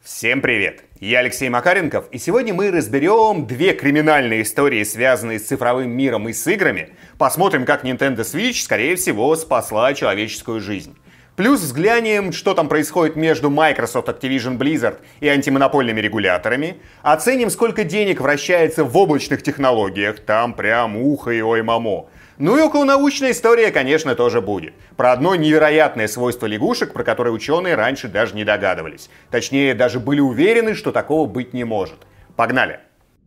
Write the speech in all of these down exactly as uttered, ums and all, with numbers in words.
Всем привет! Я Алексей Макаренков, и сегодня мы разберем две криминальные истории, связанные с цифровым миром и с играми. Посмотрим, как Nintendo Switch, скорее всего, спасла человеческую жизнь. Плюс взглянем, что там происходит между Microsoft, Activision Blizzard и антимонопольными регуляторами. Оценим, сколько денег вращается в облачных технологиях, там прям ухо и ой-мамо. Ну и околонаучная история, конечно, тоже будет. Про одно невероятное свойство лягушек, про которое ученые раньше даже не догадывались. Точнее, даже были уверены, что такого быть не может. Погнали!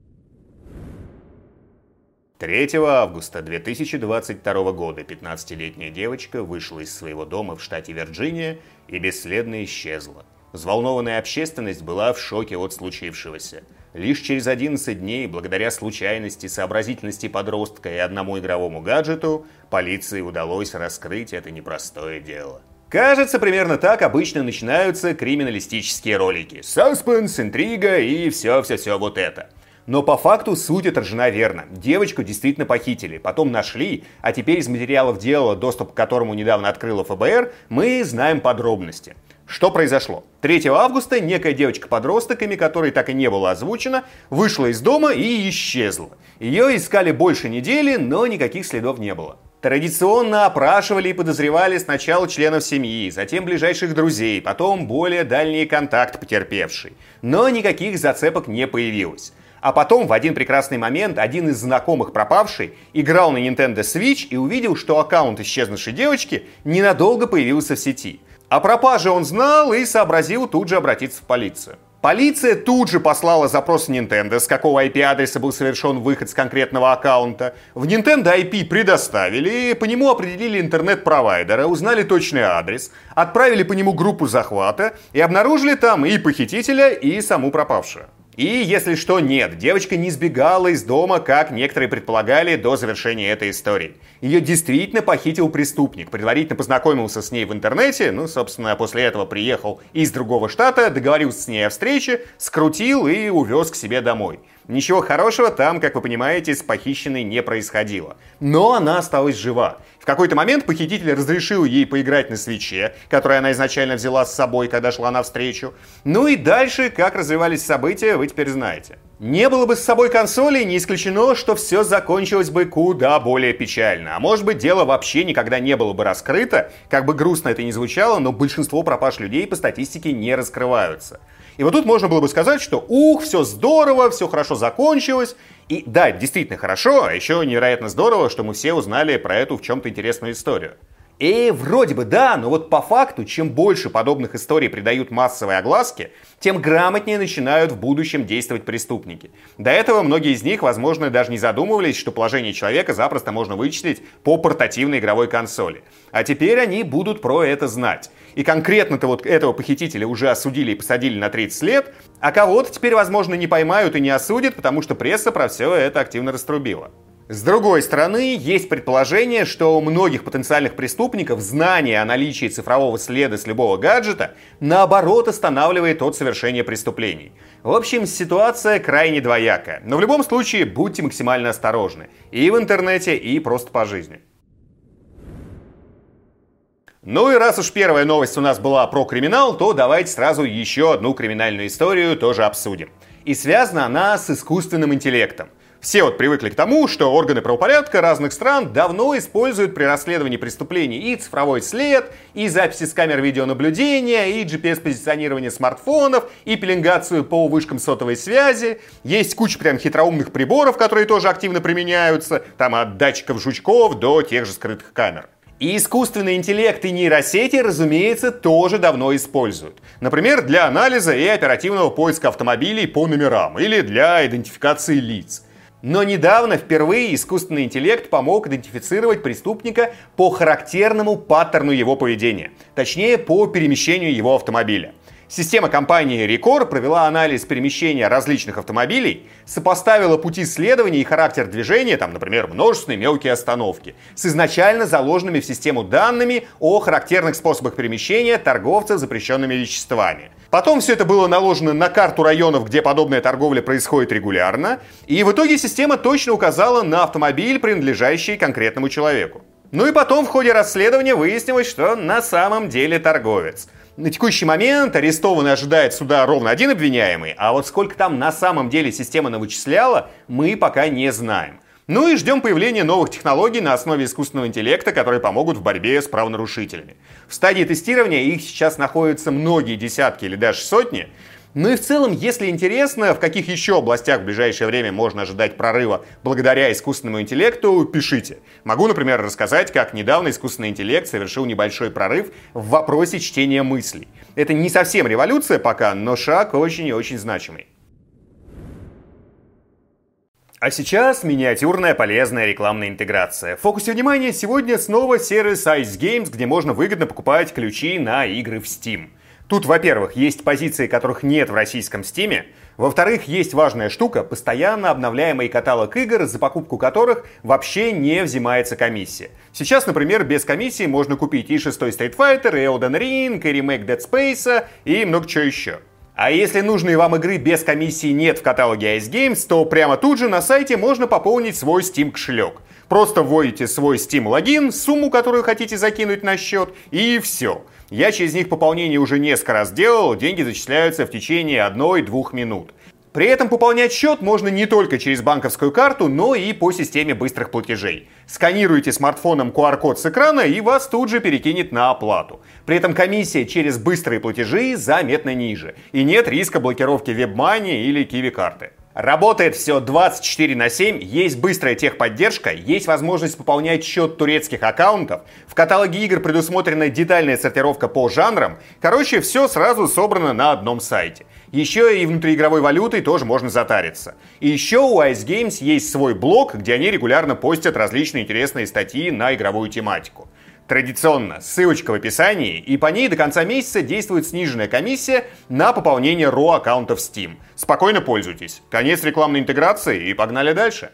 третьего августа две тысячи двадцать второго года пятнадцатилетняя девочка вышла из своего дома в штате Вирджиния и бесследно исчезла. Взволнованная общественность была в шоке от случившегося. Лишь через одиннадцать дней, благодаря случайности, сообразительности подростка и одному игровому гаджету, полиции удалось раскрыть это непростое дело. Кажется, примерно так обычно начинаются криминалистические ролики. Саспенс, интрига и все-все-все вот это. Но по факту суть отражена верно. Девочку действительно похитили, потом нашли, а теперь из материалов дела, доступ к которому недавно открыла эф бэ эр, мы знаем подробности. Что произошло? третьего августа некая девочка-подросток, имя которой так и не было озвучено, вышла из дома и исчезла. Ее искали больше недели, но никаких следов не было. Традиционно опрашивали и подозревали сначала членов семьи, затем ближайших друзей, потом более дальний контакт потерпевшей. Но никаких зацепок не появилось. А потом, в один прекрасный момент, один из знакомых пропавшей играл на Nintendo Switch и увидел, что аккаунт исчезнувшей девочки ненадолго появился в сети. О пропаже он знал и сообразил тут же обратиться в полицию. Полиция тут же послала запрос в Nintendo, с какого ай пи-адреса был совершен выход с конкретного аккаунта. В Nintendo ай пи предоставили, по нему определили интернет-провайдера, узнали точный адрес, отправили по нему группу захвата и обнаружили там и похитителя, и саму пропавшую. И, если что, нет, девочка не сбегала из дома, как некоторые предполагали до завершения этой истории. Ее действительно похитил преступник, предварительно познакомился с ней в интернете, ну, собственно, после этого приехал из другого штата, договорился с ней о встрече, скрутил и увез к себе домой. Ничего хорошего там, как вы понимаете, с похищенной не происходило. Но она осталась жива. В какой-то момент похититель разрешил ей поиграть на свитче, который она изначально взяла с собой, когда шла навстречу. Ну и дальше, как развивались события, вы теперь знаете. Не было бы с собой консоли, не исключено, что все закончилось бы куда более печально. А может быть, дело вообще никогда не было бы раскрыто, как бы грустно это ни звучало, но большинство пропаж людей по статистике не раскрываются. И вот тут можно было бы сказать, что ух, все здорово, все хорошо закончилось. И да, действительно хорошо, а еще невероятно здорово, что мы все узнали про эту в чем-то интересную историю. И вроде бы да, но вот по факту, чем больше подобных историй придают массовой огласке, тем грамотнее начинают в будущем действовать преступники. До этого многие из них, возможно, даже не задумывались, что положение человека запросто можно вычислить по портативной игровой консоли. А теперь они будут про это знать. И конкретно-то вот этого похитителя уже осудили и посадили на тридцать лет, а кого-то теперь, возможно, не поймают и не осудят, потому что пресса про все это активно раструбила. С другой стороны, есть предположение, что у многих потенциальных преступников знание о наличии цифрового следа с любого гаджета наоборот останавливает от совершения преступлений. В общем, ситуация крайне двоякая, но в любом случае будьте максимально осторожны и в интернете, и просто по жизни. Ну и раз уж первая новость у нас была про криминал, то давайте сразу еще одну криминальную историю тоже обсудим. И связана она с искусственным интеллектом. Все вот привыкли к тому, что органы правопорядка разных стран давно используют при расследовании преступлений и цифровой след, и записи с камер видеонаблюдения, и джи пи эс-позиционирование смартфонов, и пеленгацию по вышкам сотовой связи. Есть куча прям хитроумных приборов, которые тоже активно применяются, там от датчиков жучков до тех же скрытых камер. И искусственный интеллект и нейросети, разумеется, тоже давно используют. Например, для анализа и оперативного поиска автомобилей по номерам или для идентификации лиц. Но недавно впервые искусственный интеллект помог идентифицировать преступника по характерному паттерну его поведения, точнее по перемещению его автомобиля. Система компании Rekor провела анализ перемещения различных автомобилей, сопоставила пути следования и характер движения, там, например, множественные мелкие остановки, с изначально заложенными в систему данными о характерных способах перемещения торговцев запрещенными веществами. Потом все это было наложено на карту районов, где подобная торговля происходит регулярно, и в итоге система точно указала на автомобиль, принадлежащий конкретному человеку. Ну и потом в ходе расследования выяснилось, что на самом деле торговец. На текущий момент арестованный ожидает суда ровно один обвиняемый, а вот сколько там на самом деле система навычисляла, мы пока не знаем. Ну и ждем появления новых технологий на основе искусственного интеллекта, которые помогут в борьбе с правонарушителями. В стадии тестирования их сейчас находятся многие десятки или даже сотни. Ну и в целом, если интересно, в каких еще областях в ближайшее время можно ожидать прорыва благодаря искусственному интеллекту, пишите. Могу, например, рассказать, как недавно искусственный интеллект совершил небольшой прорыв в вопросе чтения мыслей. Это не совсем революция пока, но шаг очень и очень значимый. А сейчас миниатюрная полезная рекламная интеграция. В фокусе внимания сегодня снова сервис Ice Games, где можно выгодно покупать ключи на игры в Steam. Тут, во-первых, есть позиции, которых нет в российском Steam. Во-вторых, есть важная штука, постоянно обновляемый каталог игр, за покупку которых вообще не взимается комиссия. Сейчас, например, без комиссии можно купить и шестой Street Fighter, и Elden Ring, и ремейк Dead Space, и много чего еще. А если нужной вам игры без комиссии нет в каталоге Ice Games, то прямо тут же на сайте можно пополнить свой Steam кошелек. Просто вводите свой Steam логин, сумму, которую хотите закинуть на счет, и все. Я через них пополнение уже несколько раз делал, деньги зачисляются в течение одной-двух минут. При этом пополнять счет можно не только через банковскую карту, но и по системе быстрых платежей. Сканируете смартфоном ку ар код с экрана, и вас тут же перекинет на оплату. При этом комиссия через быстрые платежи заметно ниже. И нет риска блокировки WebMoney или Kiwi-карты. Работает все двадцать четыре на семь, есть быстрая техподдержка, есть возможность пополнять счет турецких аккаунтов, в каталоге игр предусмотрена детальная сортировка по жанрам. Короче, все сразу собрано на одном сайте. Еще и внутриигровой валютой тоже можно затариться. И еще у Ice Games есть свой блог, где они регулярно постят различные интересные статьи на игровую тематику. Традиционно, ссылочка в описании, и по ней до конца месяца действует сниженная комиссия на пополнение ро аккаунтов Steam. Спокойно пользуйтесь. Конец рекламной интеграции и погнали дальше.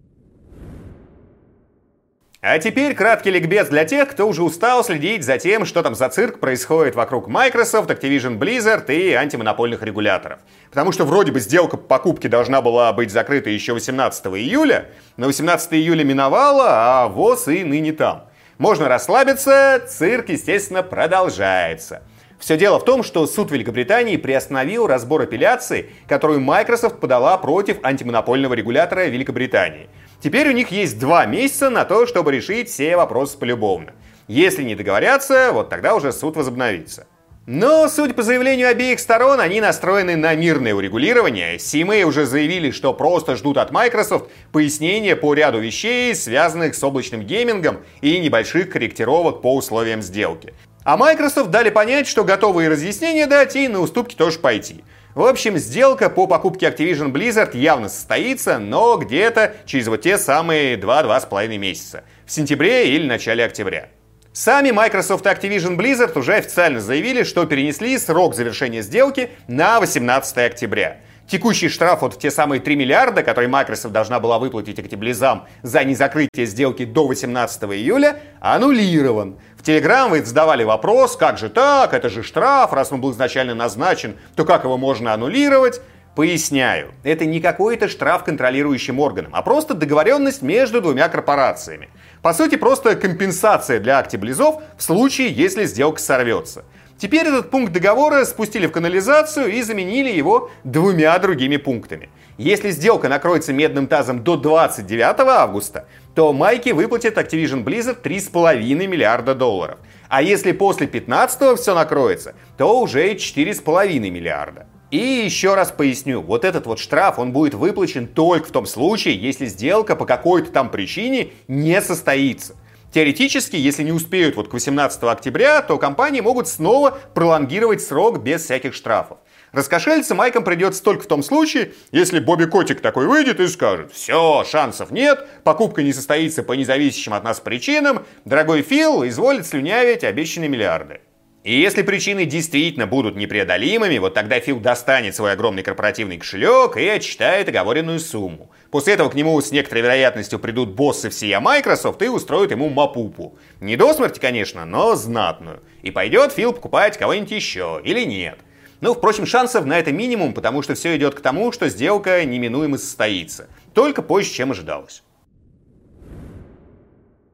А теперь краткий ликбез для тех, кто уже устал следить за тем, что там за цирк происходит вокруг Microsoft, Activision Blizzard и антимонопольных регуляторов. Потому что вроде бы сделка по покупке должна была быть закрыта еще восемнадцатого июля, но восемнадцатого июля миновало, а ВОЗ и ныне там. Можно расслабиться, цирк, естественно, продолжается. Все дело в том, что суд Великобритании приостановил разбор апелляции, которую Microsoft подала против антимонопольного регулятора Великобритании. Теперь у них есть два месяца на то, чтобы решить все вопросы полюбовно. Если не договорятся, вот тогда уже суд возобновится. Но, судя по заявлению обеих сторон, они настроены на мирное урегулирование. си эм эй уже заявили, что просто ждут от Microsoft пояснения по ряду вещей, связанных с облачным геймингом и небольших корректировок по условиям сделки. А Microsoft дали понять, что готовы и разъяснения дать, и на уступки тоже пойти. В общем, сделка по покупке Activision Blizzard явно состоится, но где-то через вот те самые два-два с половиной месяца. В сентябре или начале октября. Сами Microsoft и Activision Blizzard уже официально заявили, что перенесли срок завершения сделки на восемнадцатое октября. Текущий штраф вот в те самые три миллиарда, которые Microsoft должна была выплатить Activision за незакрытие сделки до восемнадцатого июля, аннулирован. В Telegram вы задавали вопрос, как же так, это же штраф, раз он был изначально назначен, то как его можно аннулировать? Поясняю, это не какой-то штраф контролирующим органам, а просто договоренность между двумя корпорациями. По сути, просто компенсация для актиблизов в случае, если сделка сорвется. Теперь этот пункт договора спустили в канализацию и заменили его двумя другими пунктами. Если сделка накроется медным тазом до двадцать девятого августа, то Майки выплатит Activision Blizzard три с половиной миллиарда долларов. А если после пятнадцатого все накроется, то уже четыре с половиной миллиарда. И еще раз поясню, вот этот вот штраф, он будет выплачен только в том случае, если сделка по какой-то там причине не состоится. Теоретически, если не успеют вот к восемнадцатого октября, то компании могут снова пролонгировать срок без всяких штрафов. Раскошелиться Майкам придется только в том случае, если Бобби Котик такой выйдет и скажет: все, шансов нет, покупка не состоится по независящим от нас причинам, дорогой Фил изволит слюнявить обещанные миллиарды. И если причины действительно будут непреодолимыми, вот тогда Фил достанет свой огромный корпоративный кошелек и отчитает оговоренную сумму. После этого к нему с некоторой вероятностью придут боссы всея Microsoft и устроят ему мапупу. Не до смерти, конечно, но знатную. И пойдет Фил покупать кого-нибудь еще, или нет. Ну, впрочем, шансов на это минимум, потому что все идет к тому, что сделка неминуемо состоится. Только позже, чем ожидалось.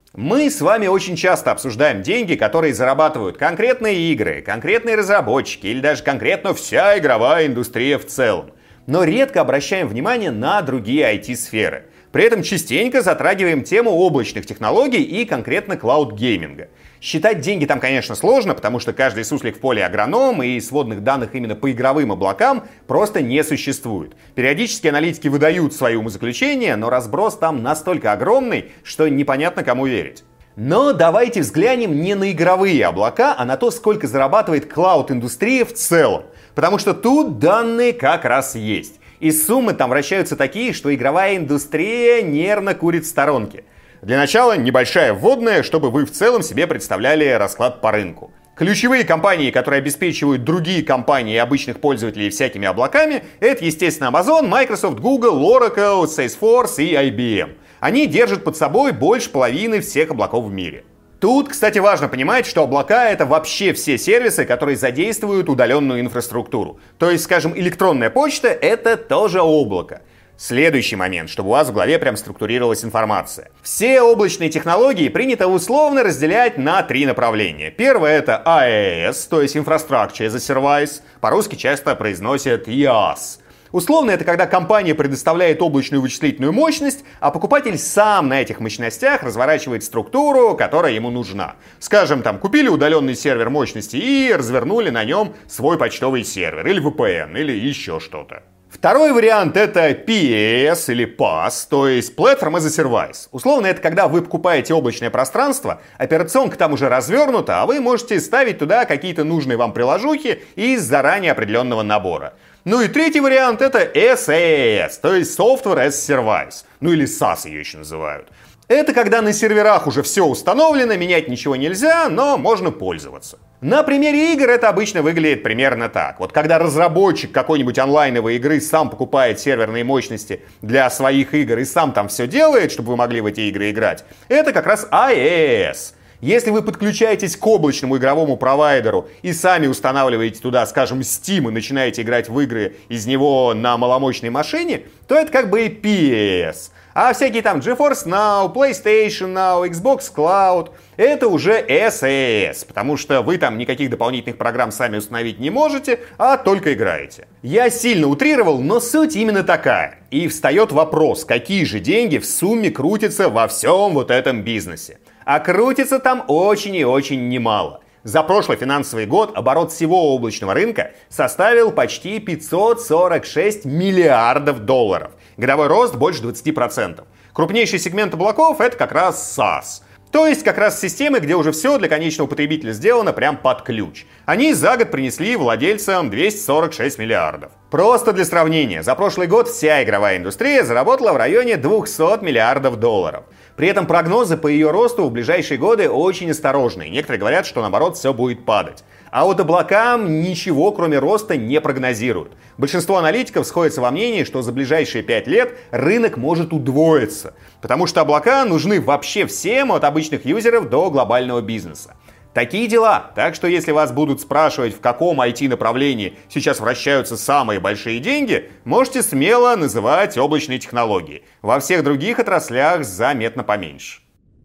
Мы с вами очень часто обсуждаем деньги, которые зарабатывают конкретные игры, конкретные разработчики или даже конкретно вся игровая индустрия в целом. Но редко обращаем внимание на другие ай ти-сферы. При этом частенько затрагиваем тему облачных технологий и конкретно клауд-гейминга. Считать деньги там, конечно, сложно, потому что каждый суслик в поле агроном, и сводных данных именно по игровым облакам просто не существует. Периодически аналитики выдают свои умозаключения, но разброс там настолько огромный, что непонятно, кому верить. Но давайте взглянем не на игровые облака, а на то, сколько зарабатывает клауд-индустрия в целом. Потому что тут данные как раз есть. И суммы там вращаются такие, что игровая индустрия нервно курит в сторонке. Для начала небольшая вводная, чтобы вы в целом себе представляли расклад по рынку. Ключевые компании, которые обеспечивают другие компании и обычных пользователей всякими облаками, это, естественно, Amazon, Microsoft, Google, Oracle, Salesforce и ай би эм. Они держат под собой больше половины всех облаков в мире. Тут, кстати, важно понимать, что облака — это вообще все сервисы, которые задействуют удаленную инфраструктуру. То есть, скажем, электронная почта — это тоже облако. Следующий момент, чтобы у вас в голове прям структурировалась информация. Все облачные технологии принято условно разделять на три направления. Первое — это эй эй эс, то есть Infrastructure as a Service, по-русски часто произносят и ас. Условно это когда компания предоставляет облачную вычислительную мощность, а покупатель сам на этих мощностях разворачивает структуру, которая ему нужна. Скажем, там купили удаленный сервер мощности и развернули на нем свой почтовый сервер, или ви пи эн, или еще что-то. Второй вариант — это пи эй эс или пас, то есть Platform as a Service. Условно это когда вы покупаете облачное пространство, операционка там уже развернута, а вы можете ставить туда какие-то нужные вам приложухи из заранее определенного набора. Ну и третий вариант — это эс эй эс, то есть Software as a Service, ну или сас ее еще называют. Это когда на серверах уже все установлено, менять ничего нельзя, но можно пользоваться. На примере игр это обычно выглядит примерно так. Вот когда разработчик какой-нибудь онлайновой игры сам покупает серверные мощности для своих игр и сам там все делает, чтобы вы могли в эти игры играть, это как раз ай эй эс. Если вы подключаетесь к облачному игровому провайдеру и сами устанавливаете туда, скажем, Steam и начинаете играть в игры из него на маломощной машине, то это как бы и пи эй эс. А всякие там GeForce Now, PlayStation Now, Xbox Cloud — это уже эс эй эс, потому что вы там никаких дополнительных программ сами установить не можете, а только играете. Я сильно утрировал, но суть именно такая. И встает вопрос, какие же деньги в сумме крутятся во всем вот этом бизнесе. А крутится там очень и очень немало. За прошлый финансовый год оборот всего облачного рынка составил почти пятьсот сорок шесть миллиардов долларов. Годовой рост больше двадцати процентов. Крупнейший сегмент облаков — это как раз сас. То есть как раз системы, где уже все для конечного потребителя сделано прям под ключ. Они за год принесли владельцам двести сорок шесть миллиардов. Просто для сравнения, за прошлый год вся игровая индустрия заработала в районе двухсот миллиардов долларов. При этом прогнозы по ее росту в ближайшие годы очень осторожные. Некоторые говорят, что наоборот все будет падать. А вот облакам ничего кроме роста не прогнозируют. Большинство аналитиков сходятся во мнении, что за ближайшие пять лет рынок может удвоиться. Потому что облака нужны вообще всем, от обычных юзеров до глобального бизнеса. Такие дела. Так что если вас будут спрашивать, в каком ай ти-направлении сейчас вращаются самые большие деньги, можете смело называть облачные технологии. Во всех других отраслях заметно поменьше.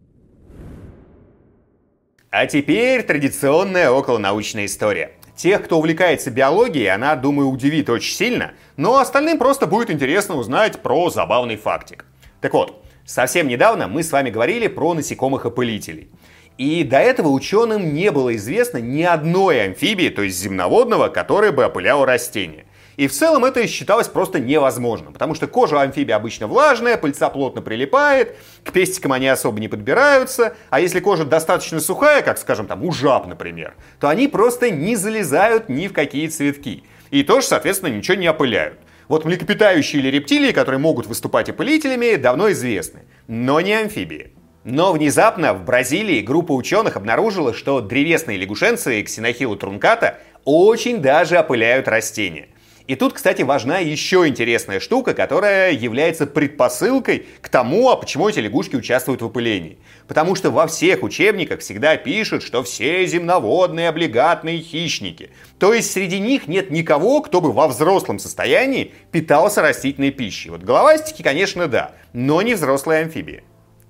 А теперь традиционная околонаучная история. Тех, кто увлекается биологией, она, думаю, удивит очень сильно, но остальным просто будет интересно узнать про забавный фактик. Так вот, совсем недавно мы с вами говорили про насекомых-опылителей. И до этого ученым не было известно ни одной амфибии, то есть земноводного, которая бы опыляла растения. И в целом это считалось просто невозможным, потому что кожа амфибии обычно влажная, пыльца плотно прилипает, к пестикам они особо не подбираются, а если кожа достаточно сухая, как, скажем, там у жаб, например, то они просто не залезают ни в какие цветки. И тоже, соответственно, ничего не опыляют. Вот млекопитающие или рептилии, которые могут выступать опылителями, давно известны, но не амфибии. Но внезапно в Бразилии группа ученых обнаружила, что древесные лягушенцы Ксенохила трунката очень даже опыляют растения. И тут, кстати, важна еще интересная штука, которая является предпосылкой к тому, а почему эти лягушки участвуют в опылении. Потому что во всех учебниках всегда пишут, что все земноводные облигатные хищники. То есть среди них нет никого, кто бы во взрослом состоянии питался растительной пищей. Вот головастики, конечно, да, но не взрослые амфибии.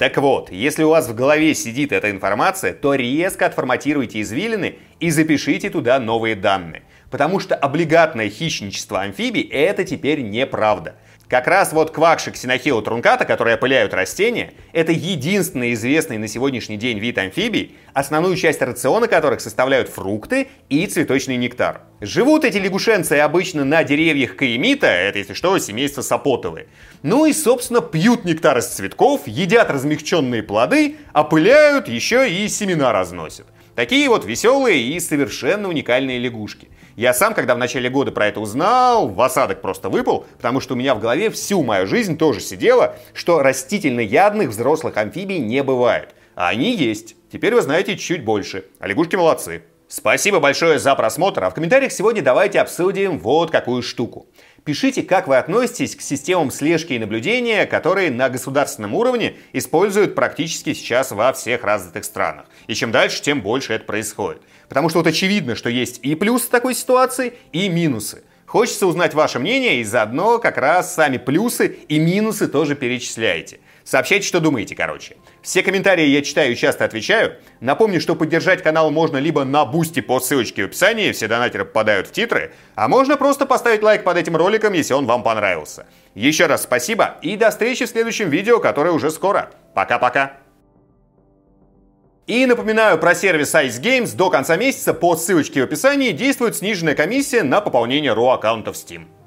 Так вот, если у вас в голове сидит эта информация, то резко отформатируйте извилины и запишите туда новые данные. Потому что облигатное хищничество амфибий – это теперь неправда. Как раз вот квакши ксенохила трунката, которые опыляют растения, это единственный известный на сегодняшний день вид амфибий, основную часть рациона которых составляют фрукты и цветочный нектар. Живут эти лягушенцы обычно на деревьях каимита, это, если что, семейство сапотовые. Ну и, собственно, пьют нектар из цветков, едят размягченные плоды, опыляют, еще и семена разносят. Такие вот веселые и совершенно уникальные лягушки. Я сам, когда в начале года про это узнал, в осадок просто выпал, потому что у меня в голове всю мою жизнь тоже сидело, что растительноядных взрослых амфибий не бывает. А они есть. Теперь вы знаете чуть больше. А лягушки молодцы. Спасибо большое за просмотр, а в комментариях сегодня давайте обсудим вот какую штуку. Пишите, как вы относитесь к системам слежки и наблюдения, которые на государственном уровне используют практически сейчас во всех развитых странах. И чем дальше, тем больше это происходит. Потому что вот очевидно, что есть и плюсы такой ситуации, и минусы. Хочется узнать ваше мнение, и заодно как раз сами плюсы и минусы тоже перечисляйте. Сообщайте, что думаете, короче. Все комментарии я читаю и часто отвечаю. Напомню, что поддержать канал можно либо на бусти по ссылочке в описании, все донатеры попадают в титры, а можно просто поставить лайк под этим роликом, если он вам понравился. Еще раз спасибо и до встречи в следующем видео, которое уже скоро. Пока-пока. И напоминаю про сервис Ice Games. До конца месяца по ссылочке в описании действует сниженная комиссия на пополнение ро аккаунтов Steam.